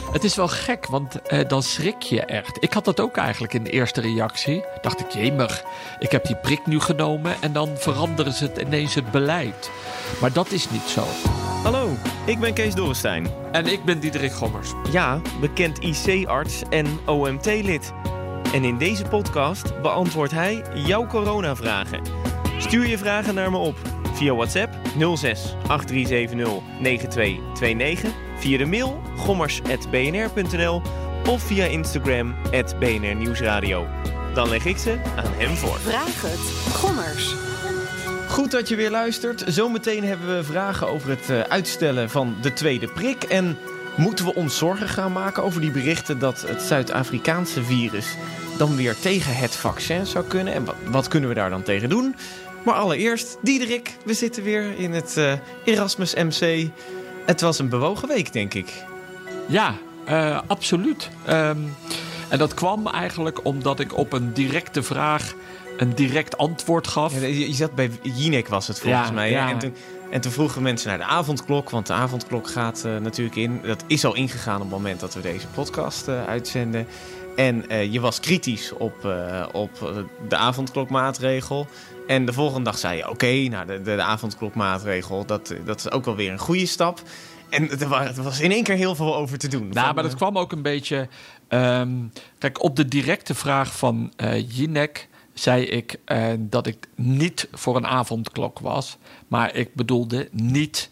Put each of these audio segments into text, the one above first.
Het is wel gek, want dan schrik je echt. Ik had dat ook eigenlijk in de eerste reactie. Dacht ik, jemig, ik heb die prik nu genomen en dan veranderen ze ineens het beleid. Maar dat is niet zo. Hallo, ik ben Kees Dorrestein. En ik ben Diederik Gommers. Ja, bekend IC-arts en OMT-lid. En in deze podcast beantwoordt hij jouw coronavragen. Stuur je vragen naar me op via WhatsApp 06 8370 9229, via de mail gommers@bnr.nl of via Instagram @BNR Nieuwsradio. Dan leg ik ze aan hem voor. Vraag het, Gommers. Goed dat je weer luistert. Zometeen hebben we vragen over het uitstellen van de tweede prik. En moeten we ons zorgen gaan maken over die berichten dat het Zuid-Afrikaanse virus dan weer tegen het vaccin zou kunnen? En wat kunnen we daar dan tegen doen? Maar allereerst, Diederik, we zitten weer in het Erasmus MC. Het was een bewogen week, denk ik. Ja, absoluut. En dat kwam eigenlijk omdat ik op een directe vraag een direct antwoord gaf. Ja, je zat bij Jinek, was het volgens mij. Ja. En toen vroegen mensen naar de avondklok, want de avondklok gaat natuurlijk in. Dat is al ingegaan op het moment dat we deze podcast uitzenden. En je was kritisch op de avondklokmaatregel. En de volgende dag zei je, oké, nou de avondklokmaatregel, dat is ook wel weer een goede stap. En er was in één keer heel veel over te doen. Nou, maar dat kwam ook een beetje. Kijk, op de directe vraag van Jinek zei ik dat ik niet voor een avondklok was. Maar ik bedoelde niet,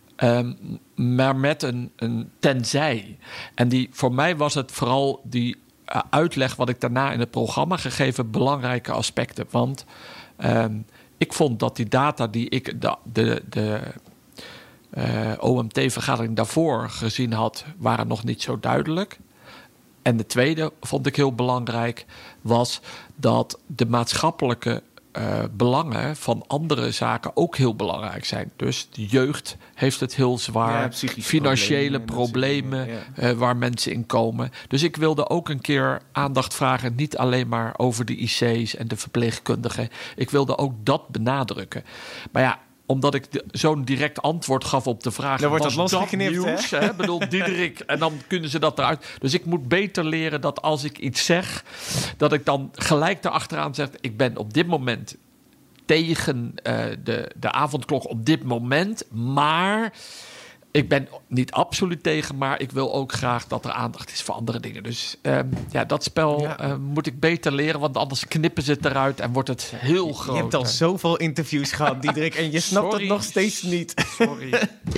maar met een tenzij. En voor mij was het vooral die uitleg wat ik daarna in het programma gegeven belangrijke aspecten. Want ik vond dat die data die ik de OMT-vergadering daarvoor gezien had, waren nog niet zo duidelijk. En de tweede vond ik heel belangrijk, was dat de maatschappelijke belangen van andere zaken ook heel belangrijk zijn. Dus de jeugd heeft het heel zwaar, financiële problemen waar mensen in komen. Dus ik wilde ook een keer aandacht vragen, niet alleen maar over de IC's en de verpleegkundigen. Ik wilde ook dat benadrukken. Maar ja, omdat ik zo'n direct antwoord gaf op de vraag, dan wordt was dat losgeknipt, nieuws, hè? Bedoel, Diederik, en dan kunnen ze dat eruit. Dus ik moet beter leren dat als ik iets zeg, dat ik dan gelijk erachteraan zeg, ik ben op dit moment tegen de avondklok op dit moment, maar ik ben niet absoluut tegen, maar ik wil ook graag dat er aandacht is voor andere dingen. Dus dat spel moet ik beter leren, want anders knippen ze het eruit en wordt het heel groot. Je hebt al zoveel interviews gehad, Diederik, en je snapt het nog steeds niet. Sorry.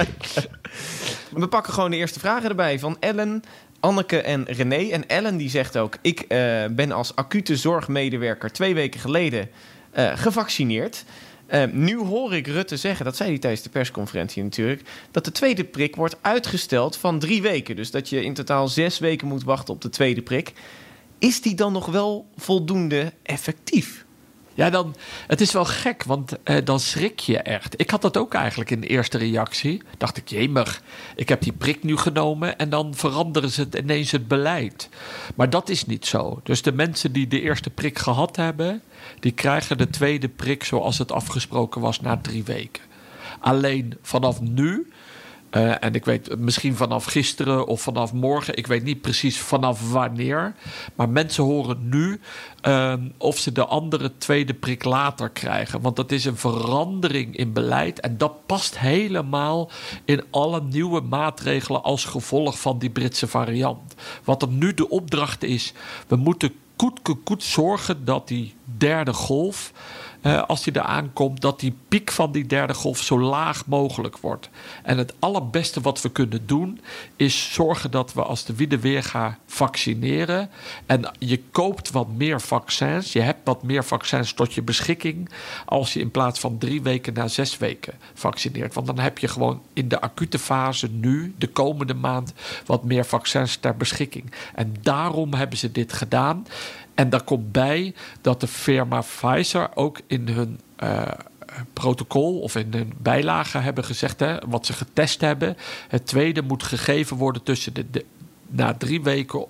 We pakken gewoon de eerste vragen erbij van Ellen, Anneke en René. En Ellen die zegt ook, ik ben als acute zorgmedewerker 2 weken geleden gevaccineerd. Nu hoor ik Rutte zeggen, dat zei hij tijdens de persconferentie natuurlijk, dat de tweede prik wordt uitgesteld van 3 weken. Dus dat je in totaal 6 weken moet wachten op de tweede prik. Is die dan nog wel voldoende effectief? Ja, het is wel gek, want dan schrik je echt. Ik had dat ook eigenlijk in de eerste reactie. Dacht ik, jemig, ik heb die prik nu genomen en dan veranderen ze ineens het beleid. Maar dat is niet zo. Dus de mensen die de eerste prik gehad hebben, die krijgen de tweede prik zoals het afgesproken was na 3 weken. Alleen vanaf nu, en ik weet misschien vanaf gisteren of vanaf morgen, ik weet niet precies vanaf wanneer, maar mensen horen nu of ze de andere tweede prik later krijgen. Want dat is een verandering in beleid en dat past helemaal in alle nieuwe maatregelen als gevolg van die Britse variant. Wat er nu de opdracht is, we moeten goed zorgen dat die derde golf, als die eraan komt, dat die piek van die derde golf zo laag mogelijk wordt. En het allerbeste wat we kunnen doen, is zorgen dat we als de wiede weer gaan vaccineren. En je koopt wat meer vaccins, je hebt wat meer vaccins tot je beschikking, als je in plaats van 3 weken naar 6 weken vaccineert. Want dan heb je gewoon in de acute fase nu, de komende maand, wat meer vaccins ter beschikking. En daarom hebben ze dit gedaan. En daar komt bij dat de firma Pfizer ook in hun protocol of in hun bijlage hebben gezegd, wat ze getest hebben. Het tweede moet gegeven worden tussen na 3 weken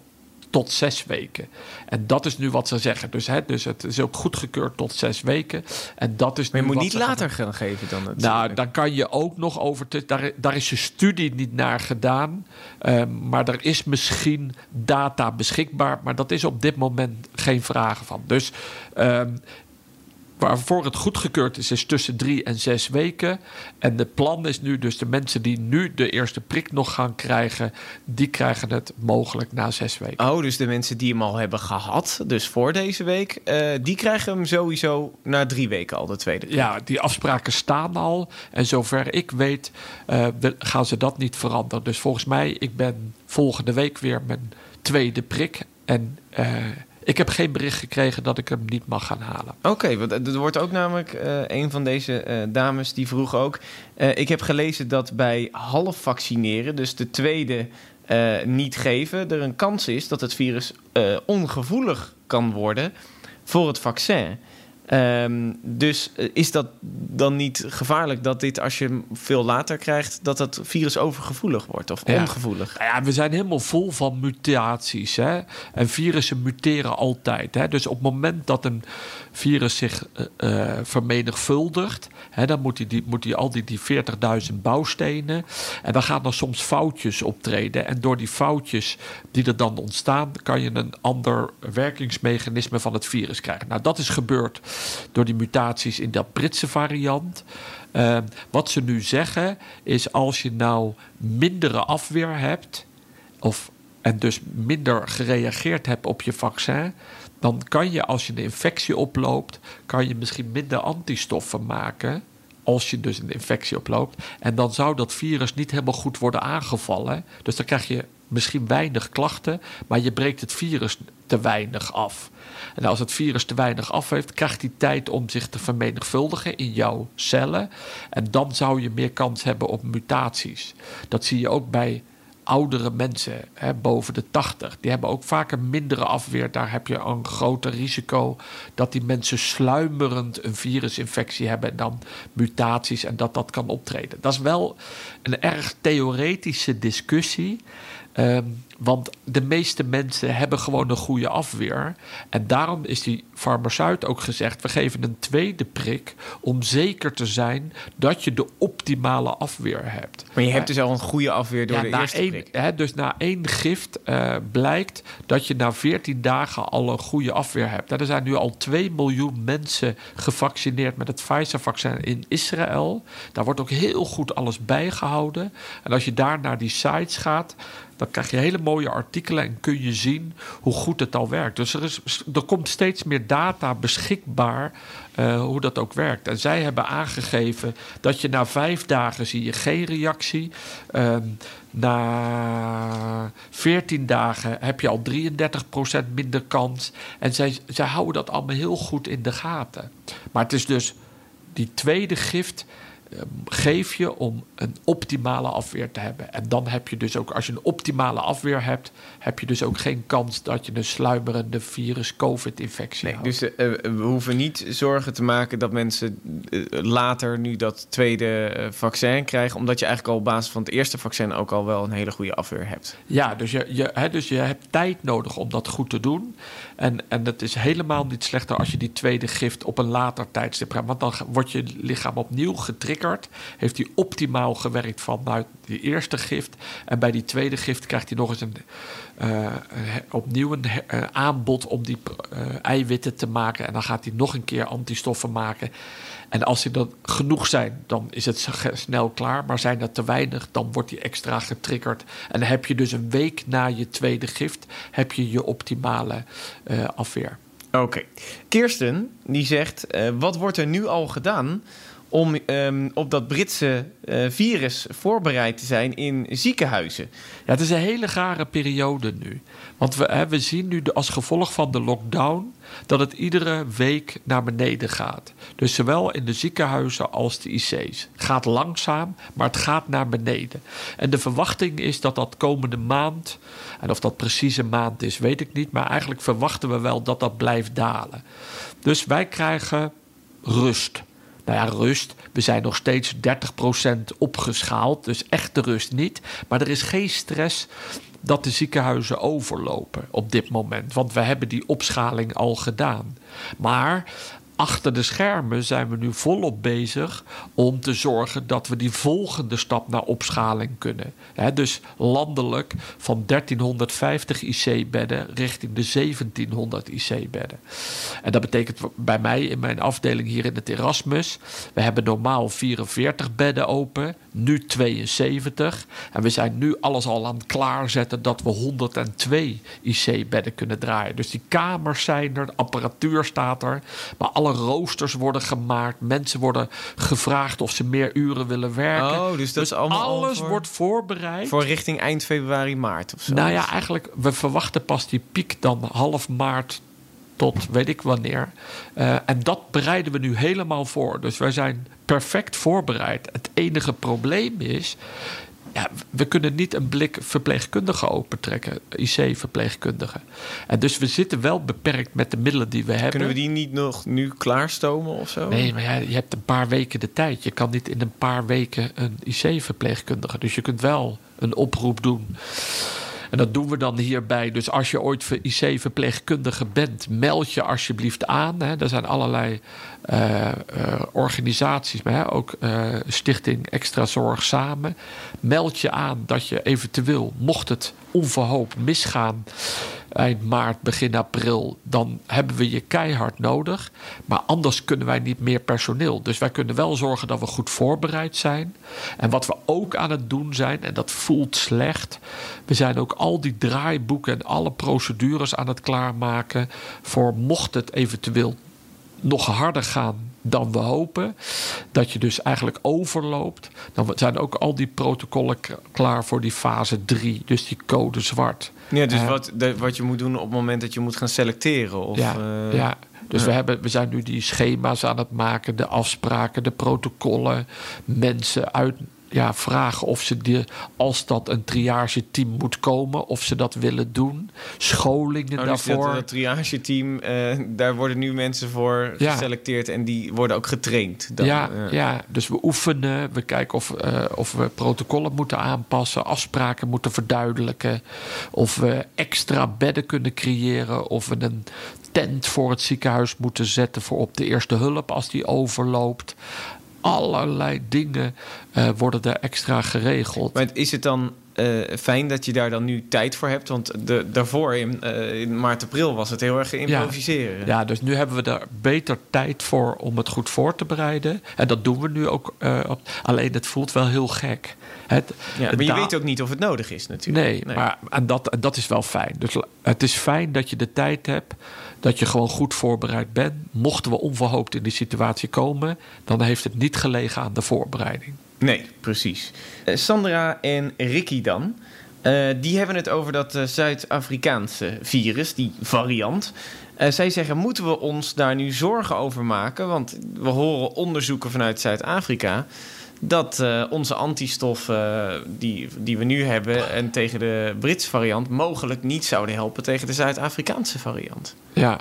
tot 6 weken. En dat is nu wat ze zeggen. Dus het is ook goedgekeurd tot 6 weken. En dat is Maar je nu moet wat niet ze later gaan geven dan het. Nou, dan kan je ook nog over... Daar is je studie niet naar gedaan. Maar er is misschien data beschikbaar. Maar dat is op dit moment geen vraag van. Dus waarvoor het goedgekeurd is tussen 3 en 6 weken. En het plan is nu dus de mensen die nu de eerste prik nog gaan krijgen... die krijgen het mogelijk na 6 weken. Oh, dus de mensen die hem al hebben gehad, dus voor deze week... die krijgen hem sowieso na 3 weken al, de tweede prik. Ja, die afspraken staan al. En zover ik weet gaan ze dat niet veranderen. Dus volgens mij, ik ben volgende week weer mijn tweede prik. En ik heb geen bericht gekregen dat ik hem niet mag gaan halen. Oké, want er wordt ook namelijk een van deze dames die vroeg ook... ik heb gelezen dat bij half vaccineren, dus de tweede niet geven... er een kans is dat het virus ongevoelig kan worden voor het vaccin. Dus is dat dan niet gevaarlijk dat dit, als je hem veel later krijgt... dat het virus overgevoelig wordt of ongevoelig? Nou ja, we zijn helemaal vol van mutaties. Hè? En virussen muteren altijd. Hè? Dus op het moment dat een virus zich vermenigvuldigt... Hè, dan moet hij al die 40.000 bouwstenen... en dan gaan er soms foutjes optreden. En door die foutjes die er dan ontstaan... kan je een ander werkingsmechanisme van het virus krijgen. Nou, dat is gebeurd door die mutaties in dat Britse variant. Wat ze nu zeggen is, als je nou mindere afweer hebt... en dus minder gereageerd hebt op je vaccin... dan kan je, als je een infectie oploopt... kan je misschien minder antistoffen maken... als je dus een infectie oploopt. En dan zou dat virus niet helemaal goed worden aangevallen. Dus dan krijg je misschien weinig klachten... maar je breekt het virus te weinig af. En als het virus te weinig af heeft... krijgt hij tijd om zich te vermenigvuldigen in jouw cellen. En dan zou je meer kans hebben op mutaties. Dat zie je ook bij oudere mensen, boven de 80. Die hebben ook vaak een mindere afweer. Daar heb je een groter risico dat die mensen sluimerend een virusinfectie hebben... en dan mutaties en dat kan optreden. Dat is wel een erg theoretische discussie... want de meeste mensen hebben gewoon een goede afweer. En daarom is die farmaceut ook gezegd... we geven een tweede prik om zeker te zijn... dat je de optimale afweer hebt. Maar je hebt dus al een goede afweer door de eerste prik. Dus na 1 gift blijkt dat je na 14 dagen al een goede afweer hebt. Er zijn nu al 2 miljoen mensen gevaccineerd... met het Pfizer-vaccin in Israël. Daar wordt ook heel goed alles bijgehouden. En als je daar naar die sites gaat... dan krijg je hele mooie artikelen en kun je zien hoe goed het al werkt. Dus er komt steeds meer data beschikbaar hoe dat ook werkt. En zij hebben aangegeven dat je na 5 dagen zie je geen reactie. Na 14 dagen heb je al 33% minder kans. En zij houden dat allemaal heel goed in de gaten. Maar het is dus die tweede gift... geef je om een optimale afweer te hebben. En dan heb je dus ook, als je een optimale afweer hebt... heb je dus ook geen kans dat je een sluimerende virus-covid-infectie hebt. Dus we hoeven niet zorgen te maken dat mensen later nu dat tweede vaccin krijgen... omdat je eigenlijk al op basis van het eerste vaccin ook al wel een hele goede afweer hebt. Ja, dus je hebt tijd nodig om dat goed te doen. En het is helemaal niet slechter als je die tweede gift op een later tijdstip hebt. Want dan wordt je lichaam opnieuw getriggerd. Heeft hij optimaal gewerkt vanuit die eerste gift. En bij die tweede gift krijgt hij nog eens opnieuw een aanbod om die eiwitten te maken. En dan gaat hij nog een keer antistoffen maken. En als die dan genoeg zijn, dan is het snel klaar. Maar zijn er te weinig, dan wordt die extra getriggerd. En dan heb je dus een week na je tweede gift... heb je je optimale afweer. Oké. Kirsten, die zegt... wat wordt er nu al gedaan om op dat Britse virus voorbereid te zijn in ziekenhuizen? Ja, het is een hele rare periode nu. Want we zien nu als gevolg van de lockdown... dat het iedere week naar beneden gaat. Dus zowel in de ziekenhuizen als de IC's. Het gaat langzaam, maar het gaat naar beneden. En de verwachting is dat dat komende maand... en of dat precies een maand is, weet ik niet... maar eigenlijk verwachten we wel dat dat blijft dalen. Dus wij krijgen rust. Nou ja, rust. We zijn nog steeds 30% opgeschaald. Dus echt de rust niet. Maar er is geen stress dat de ziekenhuizen overlopen op dit moment. Want we hebben die opschaling al gedaan. Maar achter de schermen zijn we nu volop bezig om te zorgen dat we die volgende stap naar opschaling kunnen. Dus landelijk van 1350 IC-bedden richting de 1700 IC-bedden. En dat betekent bij mij in mijn afdeling hier in het Erasmus, we hebben normaal 44 bedden open, nu 72. En we zijn nu alles al aan het klaarzetten dat we 102 IC-bedden kunnen draaien. Dus die kamers zijn er, de apparatuur staat er, maar alle roosters worden gemaakt. Mensen worden gevraagd of ze meer uren willen werken. Oh, dus dat is allemaal alles wordt voorbereid. Voor richting eind februari, maart of zo? Nou ja, eigenlijk, we verwachten pas die piek dan half maart tot weet ik wanneer. En dat bereiden we nu helemaal voor. Dus wij zijn perfect voorbereid. Het enige probleem is, ja, we kunnen niet een blik verpleegkundigen opentrekken, IC-verpleegkundigen. En dus we zitten wel beperkt met de middelen die we hebben. Kunnen we die niet nog nu klaarstomen of zo? Nee, maar ja, je hebt een paar weken de tijd. Je kan niet in een paar weken een IC-verpleegkundige. Dus je kunt wel een oproep doen. En dat doen we dan hierbij. Dus als je ooit IC-verpleegkundige bent, meld je alsjeblieft aan. Er zijn allerlei organisaties, maar ook Stichting Extra Zorg Samen. Meld je aan dat je eventueel, mocht het onverhoopt misgaan eind maart, begin april, dan hebben we je keihard nodig. Maar anders kunnen wij niet meer personeel. Dus wij kunnen wel zorgen dat we goed voorbereid zijn. En wat we ook aan het doen zijn, en dat voelt slecht, we zijn ook al die draaiboeken en alle procedures aan het klaarmaken voor mocht het eventueel nog harder gaan dan we hopen, dat je dus eigenlijk overloopt. Dan zijn ook al die protocollen klaar voor die fase 3, dus die code zwart. Ja, dus wat je moet doen op het moment dat je moet gaan selecteren. Of, ja. Dus we zijn nu die schema's aan het maken, de afspraken, de protocollen, mensen uit. Ja, vragen of ze als dat een triageteam moet komen, of ze dat willen doen. Scholingen daarvoor. Dat triageteam, daar worden nu mensen voor geselecteerd en die worden ook getraind. Dan, ja, dus we oefenen, we kijken of we protocollen moeten aanpassen, afspraken moeten verduidelijken, of we extra bedden kunnen creëren, of we een tent voor het ziekenhuis moeten zetten voor op de eerste hulp als die overloopt. Allerlei dingen worden er extra geregeld. Maar is het dan fijn dat je daar dan nu tijd voor hebt? Want daarvoor in maart, april was het heel erg improviseren. Ja, dus nu hebben we daar beter tijd voor om het goed voor te bereiden. En dat doen we nu ook. Alleen het voelt wel heel gek. Maar je weet ook niet of het nodig is natuurlijk. Nee. Maar en dat is wel fijn. Dus het is fijn dat je de tijd hebt, dat je gewoon goed voorbereid bent. Mochten we onverhoopt in die situatie komen, dan heeft het niet gelegen aan de voorbereiding. Nee, precies. Sandra en Ricky dan. Die hebben het over dat Zuid-Afrikaanse virus, die variant. Zij zeggen, moeten we ons daar nu zorgen over maken? Want we horen onderzoeken vanuit Zuid-Afrika dat onze antistoffen die we nu hebben en tegen de Britse variant mogelijk niet zouden helpen tegen de Zuid-Afrikaanse variant. Ja,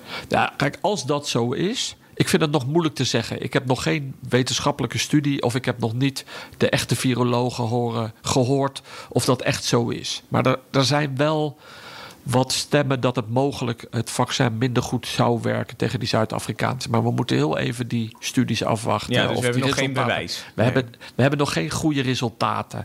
kijk, als dat zo is, ik vind het nog moeilijk te zeggen. Ik heb nog geen wetenschappelijke studie of ik heb nog niet de echte virologen gehoord of dat echt zo is. Maar er zijn wel wat stemmen dat het mogelijk het vaccin minder goed zou werken tegen die Zuid-Afrikaanse. Maar we moeten heel even die studies afwachten. Ja, dus we hebben nog geen bewijs. We hebben nog geen goede resultaten.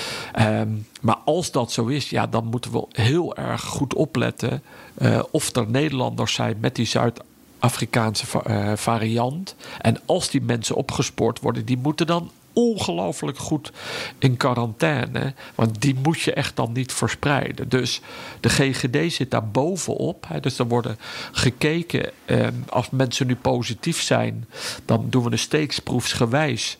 Maar als dat zo is, dan moeten we heel erg goed opletten of er Nederlanders zijn met die Zuid-Afrikaanse variant. En als die mensen opgespoord worden, die moeten dan ongelooflijk goed in quarantaine. Want die moet je echt dan niet verspreiden. Dus de GGD zit daar bovenop. Dus er worden gekeken. Als mensen nu positief zijn, dan doen we een steeksproefsgewijs.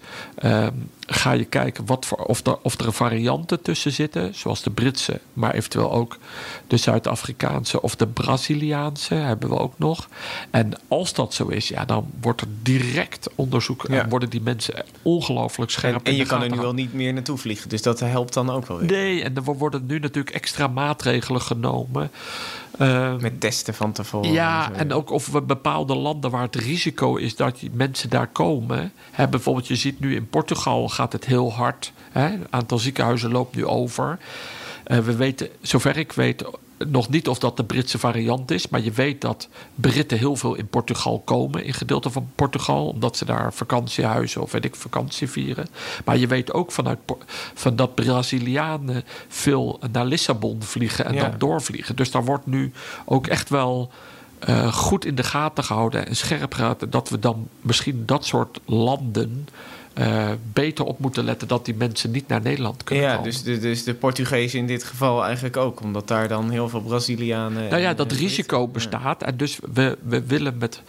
Ga je kijken of er varianten tussen zitten. Zoals de Britse, maar eventueel ook de Zuid-Afrikaanse of de Braziliaanse hebben we ook nog. En als dat zo is, dan wordt er direct onderzoek en worden die mensen ongelooflijk ongelooflijk scherp. En je kan er nu wel niet meer naartoe vliegen. Dus dat helpt dan ook wel weer. Nee, en er worden nu natuurlijk extra maatregelen genomen. Met testen van tevoren. Ja, en ook of we bepaalde landen waar het risico is dat mensen daar komen. Bijvoorbeeld, je ziet nu in Portugal gaat het heel hard. Het aantal ziekenhuizen loopt nu over. We weten, zover ik weet, nog niet of dat de Britse variant is. Maar je weet dat Britten heel veel in Portugal komen. In gedeelten van Portugal. Omdat ze daar vakantiehuizen of vakantie vieren. Maar je weet ook van dat Brazilianen veel naar Lissabon vliegen. En dan doorvliegen. Dus daar wordt nu ook echt wel goed in de gaten gehouden. En scherp gehouden. Dat we dan misschien dat soort landen beter op moeten letten dat die mensen niet naar Nederland kunnen komen. Dus de Portugezen in dit geval eigenlijk ook. Omdat daar dan heel veel Brazilianen... Nou ja, dat risico bestaat. En dus we willen met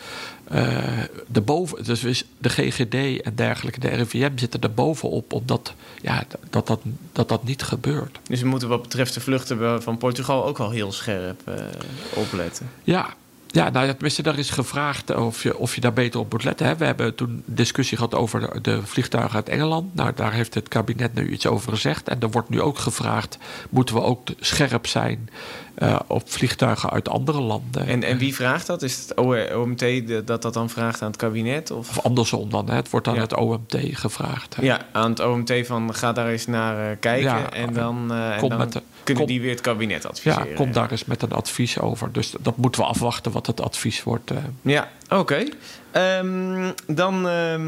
dus de GGD en dergelijke, de RIVM zitten er bovenop, omdat dat niet gebeurt. Dus we moeten wat betreft de vluchten van Portugal ook al heel scherp opletten. Ja, nou, tenminste, daar is gevraagd of je daar beter op moet letten. Hè. We hebben toen discussie gehad over de vliegtuigen uit Engeland. Nou, daar heeft het kabinet nu iets over gezegd. En er wordt nu ook gevraagd, moeten we ook scherp zijn op vliegtuigen uit andere landen. En wie vraagt dat? Is het OMT dat dan vraagt aan het kabinet? Of andersom dan, hè. Het wordt aan het OMT gevraagd. Hè. Ja, aan het OMT van ga daar eens naar kijken. Ja, en dan die weer het kabinet adviseren. Ja, kom daar eens met een advies over. Dus dat moeten we afwachten wat het advies wordt. Ja, oké. Dan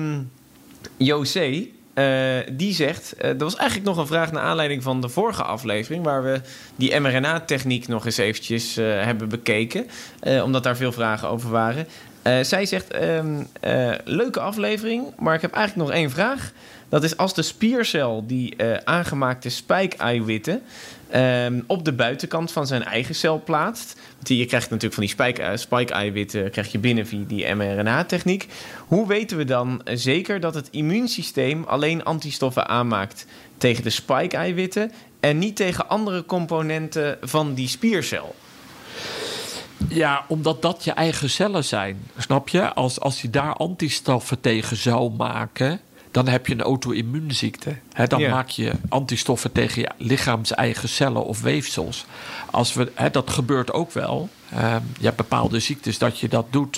José. Die zegt, er was eigenlijk nog een vraag naar aanleiding van de vorige aflevering, waar we die mRNA-techniek nog eens eventjes hebben bekeken, omdat daar veel vragen over waren. Zij zegt, leuke aflevering, maar ik heb eigenlijk nog één vraag. Dat is als de spiercel die aangemaakte spike-eiwitten op de buitenkant van zijn eigen cel plaatst. Want je krijgt natuurlijk van die spike-eiwitten krijg je binnen via die mRNA-techniek. Hoe weten we dan zeker dat het immuunsysteem alleen antistoffen aanmaakt tegen de spike-eiwitten en niet tegen andere componenten van die spiercel? Ja, omdat dat je eigen cellen zijn. Snap je? Als je daar antistoffen tegen zou maken, dan heb je een auto-immuunziekte. Dan maak je antistoffen tegen je lichaams-eigen cellen of weefsels. Dat gebeurt ook wel. Je hebt bepaalde ziektes dat je dat doet.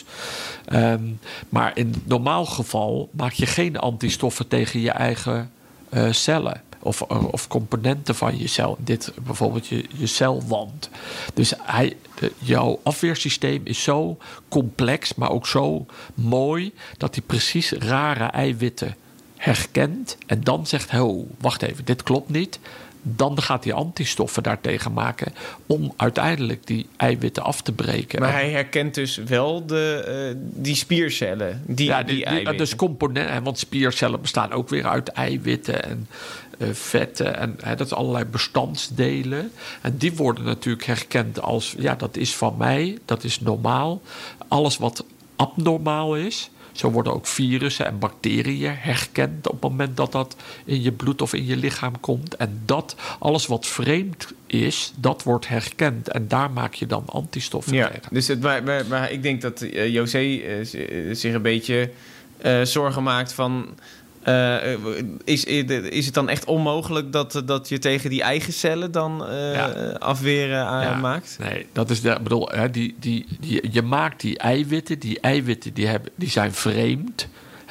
Maar in het normaal geval maak je geen antistoffen tegen je eigen cellen. Of componenten van je cel. Dit bijvoorbeeld je celwand. Dus jouw afweersysteem is zo complex, maar ook zo mooi, dat hij precies rare eiwitten herkent en dan zegt, wacht even, dit klopt niet. Dan gaat hij antistoffen daartegen maken om uiteindelijk die eiwitten af te breken. Maar hij herkent dus wel die spiercellen, die eiwitten. Dus componenten, want spiercellen bestaan ook weer uit eiwitten en vetten. En dat is allerlei bestandsdelen. En die worden natuurlijk herkend als, dat is van mij, dat is normaal. Alles wat abnormaal is. Zo worden ook virussen en bacteriën herkend op het moment dat dat in je bloed of in je lichaam komt. En alles wat vreemd is, dat wordt herkend. En daar maak je dan antistoffen tegen. Dus maar ik denk dat José zich een beetje zorgen maakt van, is het dan echt onmogelijk dat je tegen die eigen cellen dan afweer maakt? Nee, dat is je maakt die eiwitten. Die eiwitten die zijn vreemd.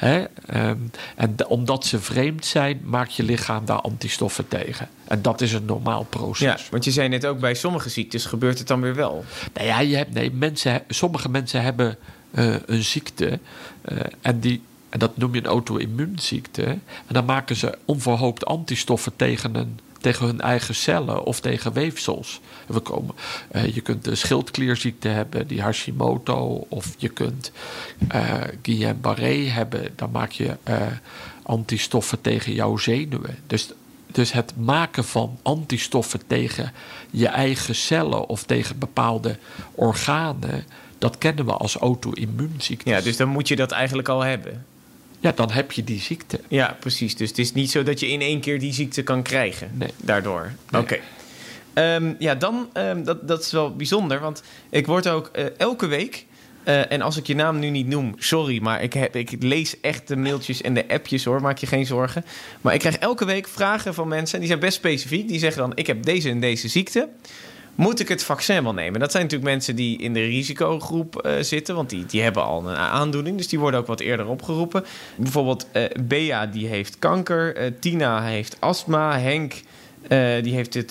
En omdat ze vreemd zijn, maakt je lichaam daar antistoffen tegen. En dat is een normaal proces. Ja, want je zei net ook, bij sommige ziektes gebeurt het dan weer wel. Nou ja, sommige mensen hebben een ziekte en dat noem je een auto-immuunziekte. En dan maken ze onverhoopt antistoffen tegen hun eigen cellen of tegen weefsels. Je kunt de schildklierziekte hebben, die Hashimoto, of je kunt Guillain-Barré hebben. Dan maak je antistoffen tegen jouw zenuwen. Dus het maken van antistoffen tegen je eigen cellen of tegen bepaalde organen, dat kennen we als auto-immuunziektes. Ja, dus dan moet je dat eigenlijk al hebben. Ja, dan heb je die ziekte. Ja, precies. Dus het is niet zo dat je in één keer die ziekte kan krijgen. Nee. Daardoor. Nee. Oké. Dat is wel bijzonder. Want ik word ook elke week En als ik je naam nu niet noem, sorry, maar ik lees echt de mailtjes en de appjes hoor, maak je geen zorgen. Maar ik krijg elke week vragen van mensen, en die zijn best specifiek. Die zeggen dan, ik heb deze en deze ziekte. Moet ik het vaccin wel nemen? Dat zijn natuurlijk mensen die in de risicogroep zitten, want die hebben al een aandoening. Dus die worden ook wat eerder opgeroepen. Bijvoorbeeld Bea, die heeft kanker. Tina heeft astma. Henk, die heeft het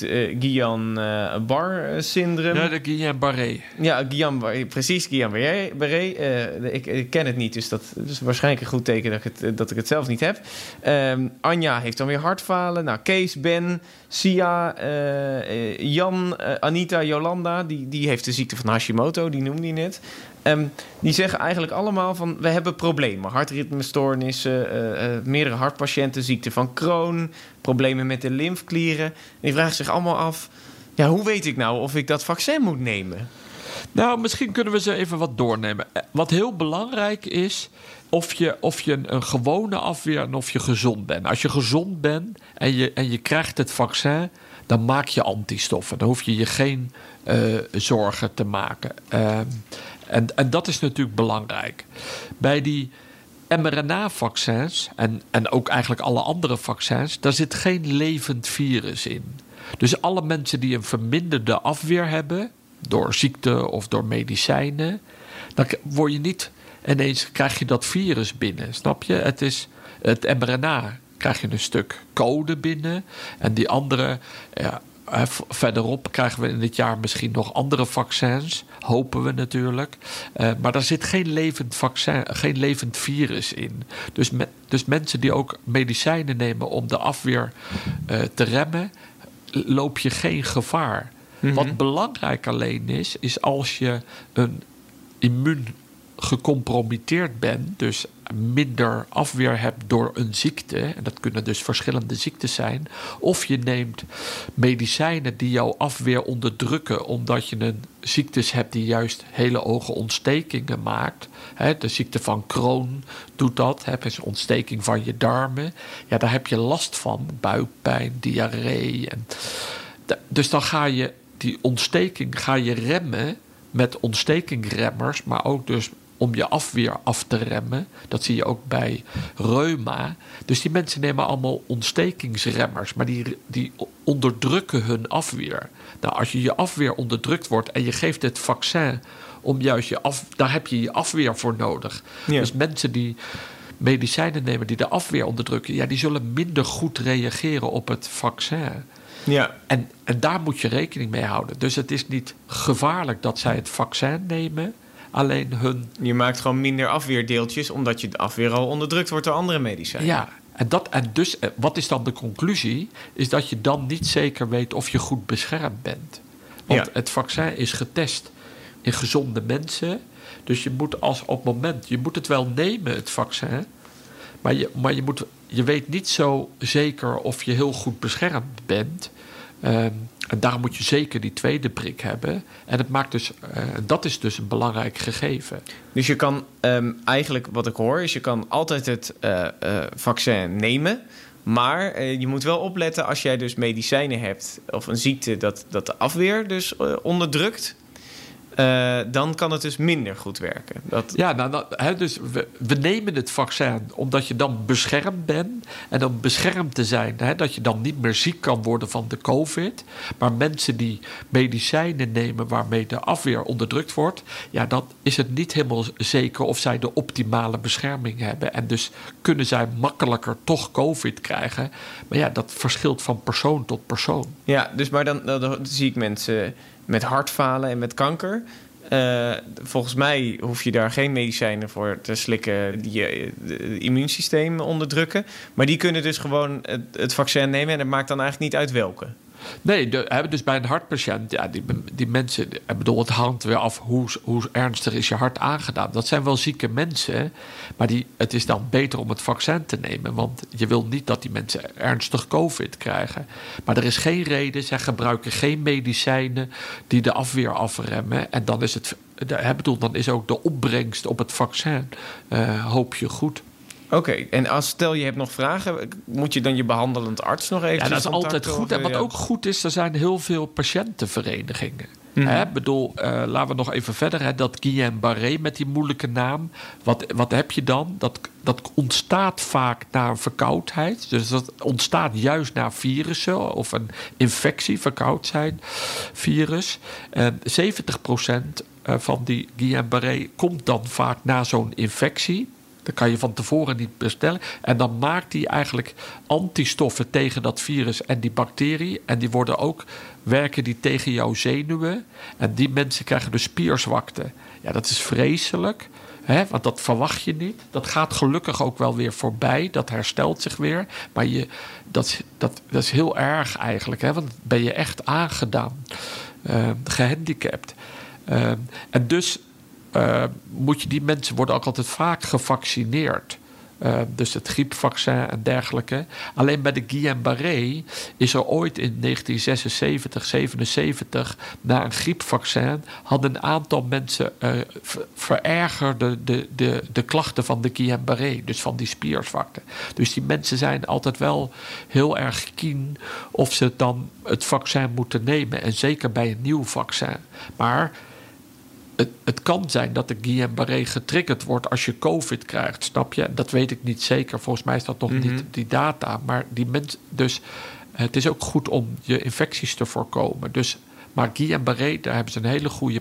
Guillain-Barré-syndroom. Ja, de Guillain-Barré. Ja, Guillain-Barré, precies, Guillain-Barré. Ik ken het niet, dus dat is waarschijnlijk een goed teken dat ik het zelf niet heb. Anja heeft dan weer hartfalen. Nou, Kees, Ben, Sia, Jan, Anita, Jolanda, die heeft de ziekte van Hashimoto, die noemde je net. Die zeggen eigenlijk allemaal van, we hebben problemen. Hartritmestoornissen, meerdere hartpatiënten, ziekte van Crohn, problemen met de lymfeklieren. En die vragen zich allemaal af, ja, hoe weet ik nou of ik dat vaccin moet nemen? Nou, misschien kunnen we ze even wat doornemen. Wat heel belangrijk is, of je een gewone afweer en of je gezond bent. Als je gezond bent en je krijgt het vaccin, dan maak je antistoffen. Dan hoef je je geen zorgen te maken. En dat is natuurlijk belangrijk. Bij die mRNA-vaccins en ook eigenlijk alle andere vaccins, daar zit geen levend virus in. Dus alle mensen die een verminderde afweer hebben, door ziekte of door medicijnen, dan word je niet ineens, krijg je dat virus binnen, snap je? Het is het mRNA, krijg je een stuk code binnen en die andere, ja, verderop krijgen we in dit jaar misschien nog andere vaccins, hopen we natuurlijk. Maar daar zit geen levend vaccin, geen levend virus in. Dus mensen die ook medicijnen nemen om de afweer te remmen, loop je geen gevaar. Mm-hmm. Wat belangrijk alleen is als je een immuun gecompromitteerd bent, dus minder afweer hebt door een ziekte, en dat kunnen dus verschillende ziektes zijn, of je neemt medicijnen die jouw afweer onderdrukken omdat je een ziektes hebt die juist hele hoge ontstekingen maakt. De ziekte van Crohn doet dat, is een ontsteking van je darmen. Ja, daar heb je last van, buikpijn, diarree. Dus dan ga je die ontsteking remmen met ontstekingremmers, maar ook dus om je afweer af te remmen. Dat zie je ook bij reuma. Dus die mensen nemen allemaal ontstekingsremmers, maar die onderdrukken hun afweer. Nou, als je afweer onderdrukt wordt en je geeft het vaccin om juist daar heb je afweer voor nodig. Ja. Dus mensen die medicijnen nemen die de afweer onderdrukken, ja, die zullen minder goed reageren op het vaccin. Ja. En daar moet je rekening mee houden. Dus het is niet gevaarlijk dat zij het vaccin nemen. Alleen je maakt gewoon minder afweerdeeltjes, omdat je de afweer al onderdrukt wordt door andere medicijnen. Ja, en dus wat is dan de conclusie? Is dat je dan niet zeker weet of je goed beschermd bent. Want het vaccin is getest in gezonde mensen. Dus je moet je moet het wel nemen, het vaccin. Maar je weet niet zo zeker of je heel goed beschermd bent. En daarom moet je zeker die tweede prik hebben. En dat is dus een belangrijk gegeven. Dus je kan eigenlijk, wat ik hoor, is je kan altijd het vaccin nemen. Maar je moet wel opletten als jij dus medicijnen hebt of een ziekte dat de afweer dus onderdrukt. Dan kan het dus minder goed werken. Dus we nemen het vaccin omdat je dan beschermd bent. En om beschermd te zijn, dat je dan niet meer ziek kan worden van de COVID. Maar mensen die medicijnen nemen waarmee de afweer onderdrukt wordt, ja, dan is het niet helemaal zeker of zij de optimale bescherming hebben. En dus kunnen zij makkelijker toch COVID krijgen. Maar ja, dat verschilt van persoon tot persoon. Ja, dus maar dan zie ik mensen met hartfalen en met kanker. Volgens mij hoef je daar geen medicijnen voor te slikken die je immuunsysteem onderdrukken. Maar die kunnen dus gewoon het vaccin nemen en het maakt dan eigenlijk niet uit welke. Nee, dus bij een hartpatiënt, ja, die mensen, ik bedoel, het hangt weer af hoe ernstig is je hart aangedaan. Dat zijn wel zieke mensen, maar het is dan beter om het vaccin te nemen, want je wil niet dat die mensen ernstig COVID krijgen. Maar er is geen reden, zij gebruiken geen medicijnen die de afweer afremmen. En dan is dan is ook de opbrengst op het vaccin, hoop je goed. Oké, en stel je hebt nog vragen, moet je dan je behandelend arts nog even? Ja, dat is altijd goed. En wat ook goed is, er zijn heel veel patiëntenverenigingen. Laten we nog even verder. Hè, dat Guillain-Barré met die moeilijke naam. Wat heb je dan? Dat ontstaat vaak na een verkoudheid. Dus dat ontstaat juist na virussen of een infectie, verkoud zijn, virus. En 70% van die Guillain-Barré komt dan vaak na zo'n infectie. Dat kan je van tevoren niet bestellen. En dan maakt die eigenlijk antistoffen tegen dat virus en die bacterie. En die werken die tegen jouw zenuwen. En die mensen krijgen dus spierzwakte. Ja, dat is vreselijk. Hè, want dat verwacht je niet. Dat gaat gelukkig ook wel weer voorbij. Dat herstelt zich weer. Maar dat is heel erg eigenlijk. Hè, want dan ben je echt aangedaan. Gehandicapt. En dus die mensen worden ook altijd vaak gevaccineerd. Dus het griepvaccin en dergelijke. Alleen bij de Guillain-Barré is er ooit in 1976, 77... na een griepvaccin hadden een aantal mensen verergerde de klachten van de Guillain-Barré. Dus van die spierzwakte. Dus die mensen zijn altijd wel heel erg keen of ze dan het vaccin moeten nemen. En zeker bij een nieuw vaccin. Maar het kan zijn dat de Guillain-Barré getriggerd wordt als je COVID krijgt, snap je? Dat weet ik niet zeker. Volgens mij is dat nog niet die data. Maar dus het is ook goed om je infecties te voorkomen. Maar Guillain-Barré, daar hebben ze een hele goede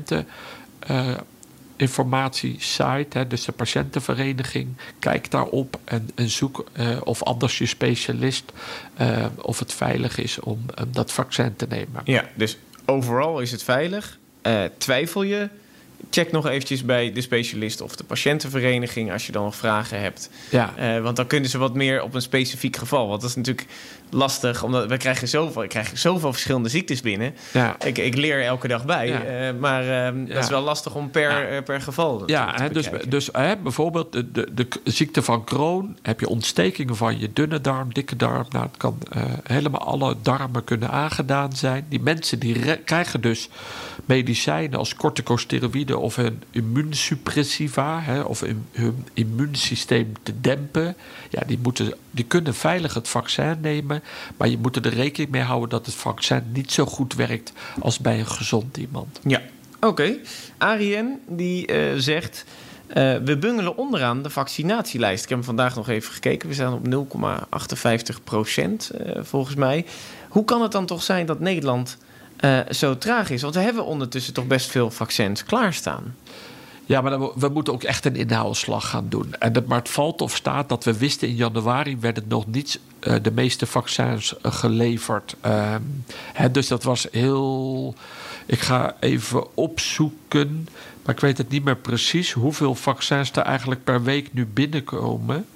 patiënteninformatiesite. Dus de patiëntenvereniging. Kijk daarop en zoek of anders je specialist of het veilig is om dat vaccin te nemen. Ja, dus overal is het veilig. Twijfel je? Check nog eventjes bij de specialist of de patiëntenvereniging als je dan nog vragen hebt. Ja. Want dan kunnen ze wat meer op een specifiek geval. Want dat is natuurlijk lastig, omdat ik krijg zoveel verschillende ziektes binnen. Ja. Ik leer elke dag bij. Ja. Maar dat is wel lastig om per geval te dus bijvoorbeeld de ziekte van Crohn. Heb je ontstekingen van je dunne darm, dikke darm. Nou, het kan helemaal alle darmen kunnen aangedaan zijn. Die mensen die krijgen dus medicijnen als corticosteroïden of een immuunsuppressiva, of hun immuunsysteem te dempen. Ja, die kunnen veilig het vaccin nemen, maar je moet er rekening mee houden dat het vaccin niet zo goed werkt als bij een gezond iemand. Ja, oké. Arjen die zegt: we bungelen onderaan de vaccinatielijst. Ik heb hem vandaag nog even gekeken. We staan op 0,58% volgens mij. Hoe kan het dan toch zijn dat Nederland zo traag is? Want we hebben ondertussen toch best veel vaccins klaarstaan. Ja, maar we moeten ook echt een inhaalslag gaan doen. Maar het valt of staat dat we wisten in januari werden nog niet de meeste vaccins geleverd. Dus dat was heel. Ik ga even opzoeken, maar ik weet het niet meer precies hoeveel vaccins er eigenlijk per week nu binnenkomen.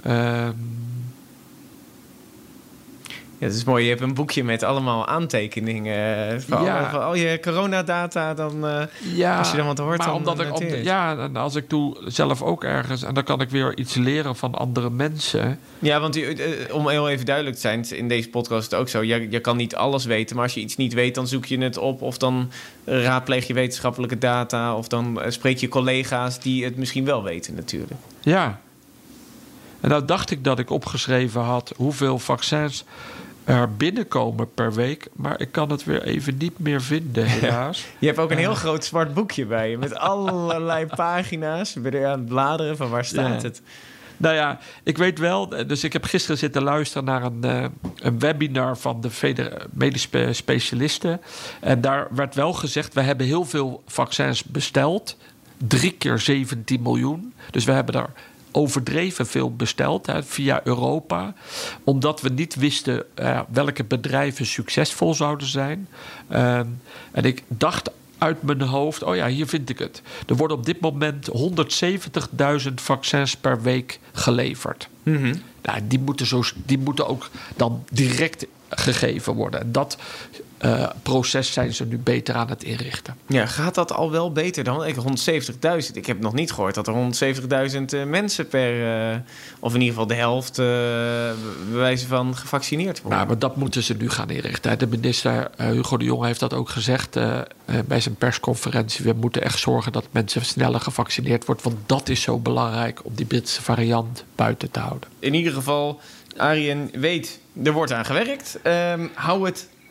Ja, dat is mooi. Je hebt een boekje met allemaal aantekeningen van al je coronadata. Dan, als je dan wat hoort, maar dan als ik doe zelf ook ergens en dan kan ik weer iets leren van andere mensen. Ja, want om heel even duidelijk te zijn, in deze podcast is het ook zo. Je kan niet alles weten, maar als je iets niet weet, dan zoek je het op of dan raadpleeg je wetenschappelijke data of dan spreek je collega's die het misschien wel weten natuurlijk. Ja. En nou dacht ik dat ik opgeschreven had hoeveel vaccins er binnenkomen per week. Maar ik kan het weer even niet meer vinden, helaas. Je hebt ook een heel groot zwart boekje bij je met allerlei pagina's. Ben je aan het bladeren van waar staat het? Nou ja, ik weet wel. Dus ik heb gisteren zitten luisteren naar een webinar van de medische specialisten. En daar werd wel gezegd, we hebben heel veel vaccins besteld. 3 keer 17 miljoen. Dus we hebben daar overdreven veel besteld via Europa. Omdat we niet wisten welke bedrijven succesvol zouden zijn. En ik dacht uit mijn hoofd, hier vind ik het. Er worden op dit moment 170.000 vaccins per week geleverd. Mm-hmm. Nou, die moeten ook dan direct gegeven worden. En dat proces zijn ze nu beter aan het inrichten. Ja, gaat dat al wel beter dan? 170.000. Ik heb nog niet gehoord dat er 170.000 mensen of in ieder geval de helft bij wijze van gevaccineerd worden. Nou, maar dat moeten ze nu gaan inrichten. De minister Hugo de Jonge heeft dat ook gezegd bij zijn persconferentie. We moeten echt zorgen dat mensen sneller gevaccineerd worden, want dat is zo belangrijk om die Britse variant buiten te houden. In ieder geval, Arjen weet, er wordt aan gewerkt. Hou het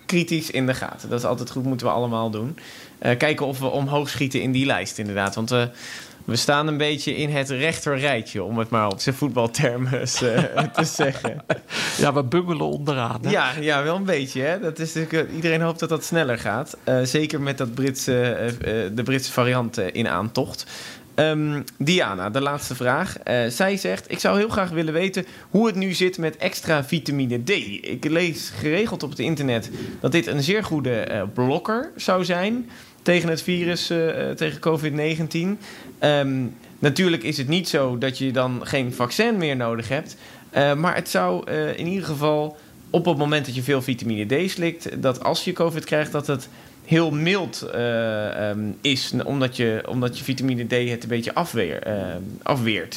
kritisch in de gaten. Dat is altijd goed, moeten we allemaal doen. Kijken of we omhoog schieten in die lijst inderdaad. Want we staan een beetje in het rechterrijtje, om het maar op zijn voetbaltermen te zeggen. Ja, we bungelen onderaan. Hè? Ja, wel een beetje. Hè? Dat is natuurlijk, iedereen hoopt dat dat sneller gaat. Zeker met dat de Britse variant in aantocht. Diana, de laatste vraag. Zij zegt, ik zou heel graag willen weten hoe het nu zit met extra vitamine D. Ik lees geregeld op het internet dat dit een zeer goede blokker zou zijn tegen het virus, tegen COVID-19. Natuurlijk is het niet zo dat je dan geen vaccin meer nodig hebt. Maar het zou in ieder geval op het moment dat je veel vitamine D slikt, dat als je COVID krijgt, dat het heel mild is, omdat je vitamine D het een beetje afweert.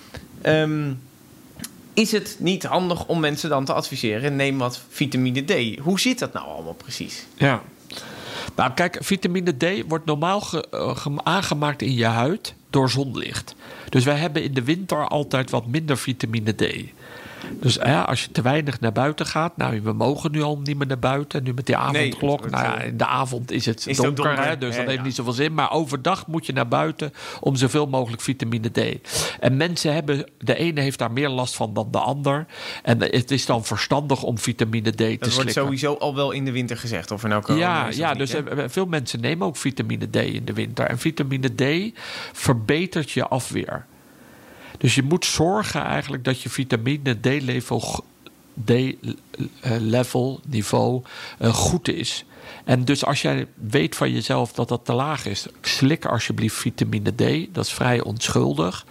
Is het niet handig om mensen dan te adviseren, neem wat vitamine D? Hoe zit dat nou allemaal precies? Ja. Nou, kijk, vitamine D wordt normaal aangemaakt in je huid door zonlicht. Dus wij hebben in de winter altijd wat minder vitamine D. Dus als je te weinig naar buiten gaat... Nou, we mogen nu al niet meer naar buiten. Nu met die avondklok. Nee, in de avond is het donker. Hè, dus dat heeft niet zoveel zin. Maar overdag moet je naar buiten om zoveel mogelijk vitamine D. En mensen hebben... De ene heeft daar meer last van dan de ander. En het is dan verstandig om vitamine D te slikken. Dat wordt sowieso al wel in de winter gezegd. Of er nou corona is of niet, dus veel mensen nemen ook vitamine D in de winter. En vitamine D verbetert je afweer. Dus je moet zorgen eigenlijk dat je vitamine D-niveau goed is. En dus als jij weet van jezelf dat dat te laag is, slik alsjeblieft vitamine D. Dat is vrij onschuldig.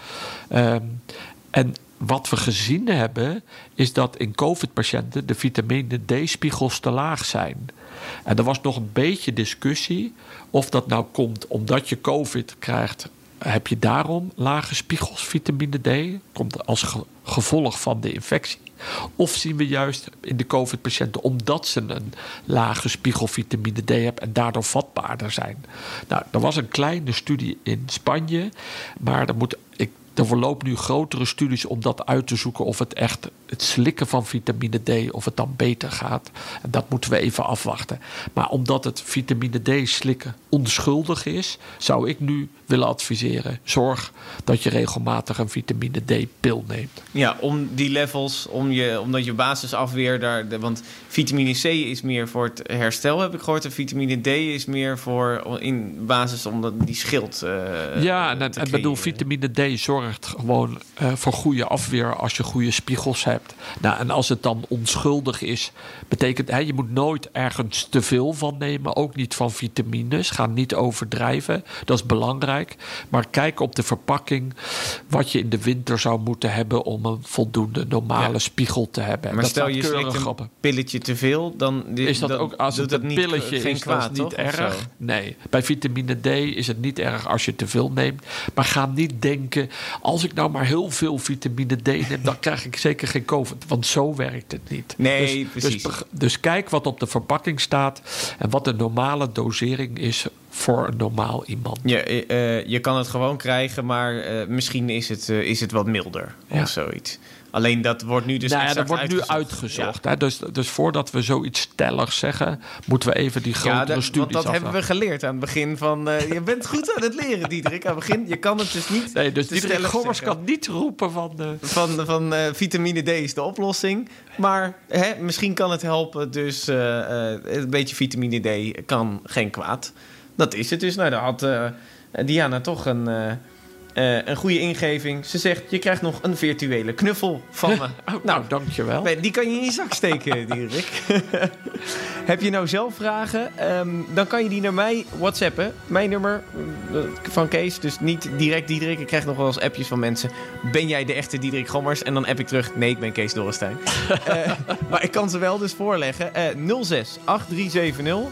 En wat we gezien hebben, is dat in COVID-patiënten de vitamine D-spiegels te laag zijn. En er was nog een beetje discussie of dat nou komt omdat je COVID krijgt. Heb je daarom lage spiegels vitamine D? Komt als gevolg van de infectie. Of zien we juist in de COVID-patiënten omdat ze een lage spiegel vitamine D hebben en daardoor vatbaarder zijn. Nou, er was een kleine studie in Spanje, maar er verlopen nu grotere studies om dat uit te zoeken of het echt het slikken van vitamine D, of het dan beter gaat. En dat moeten we even afwachten. Maar omdat het vitamine D slikken onschuldig is, zou ik nu willen adviseren. Zorg dat je regelmatig een vitamine D-pil neemt. Ja, om die levels, omdat je basisafweer want vitamine C is meer voor het herstel, heb ik gehoord. En vitamine D is meer voor in basis omdat die schild. En bedoel, vitamine D zorgt gewoon voor goede afweer als je goede spiegels hebt. Nou, en als het dan onschuldig is, betekent je moet nooit ergens te veel van nemen. Ook niet van vitamines. Ga niet overdrijven. Dat is belangrijk. Maar kijk op de verpakking wat je in de winter zou moeten hebben om een voldoende normale spiegel te hebben. Maar dat stel je slikt een pilletje te veel, dan is dat ook als het een pilletje geen is, kwaad, dat is niet erg. Nee, bij vitamine D is het niet erg als je te veel neemt. Maar ga niet denken, als ik nou maar heel veel vitamine D neem, dan krijg ik zeker geen COVID. Want zo werkt het niet. Nee, precies. Dus kijk wat op de verpakking staat en wat de normale dosering is voor een normaal iemand. Je kan het gewoon krijgen, maar misschien is het wat milder of zoiets. Alleen dat wordt nu dus dat wordt nu uitgezocht. Hè? Dus voordat we zoiets stelligs zeggen, moeten we even die grotere studies want dat hebben we geleerd aan het begin van... je bent goed aan het leren, Diederik. Aan het begin, je kan het dus niet... Nee, dus Diederik Gommers kan niet roepen van vitamine D is de oplossing. Maar misschien kan het helpen. Dus een beetje vitamine D kan geen kwaad. Dat is het dus. Nou, daar had Diana toch een goede ingeving. Ze zegt, je krijgt nog een virtuele knuffel van me. Nou, dankjewel. Die kan je in je zak steken, Diederik. Heb je nou zelf vragen? Dan kan je die naar mij whatsappen. Mijn nummer van Kees. Dus niet direct Diederik. Ik krijg nog wel eens appjes van mensen. Ben jij de echte Diederik Gommers? En dan app ik terug. Nee, ik ben Kees Dorrestein. Maar ik kan ze wel dus voorleggen. 06 8370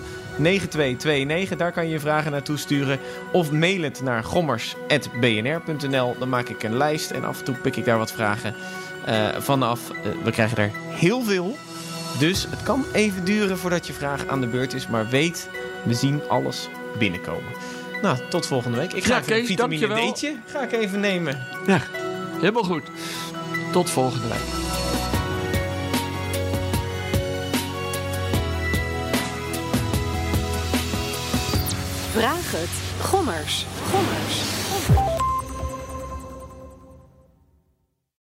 9229, daar kan je je vragen naartoe sturen. Of mail het naar gommers@bnr.nl. Dan maak ik een lijst en af en toe pik ik daar wat vragen vanaf. We krijgen er heel veel. Dus het kan even duren voordat je vraag aan de beurt is. Maar weet, we zien alles binnenkomen. Nou, tot volgende week. Ik ga even een vitamine D'tje even nemen. Ja, helemaal goed. Tot volgende week. Vraag het. Gommers.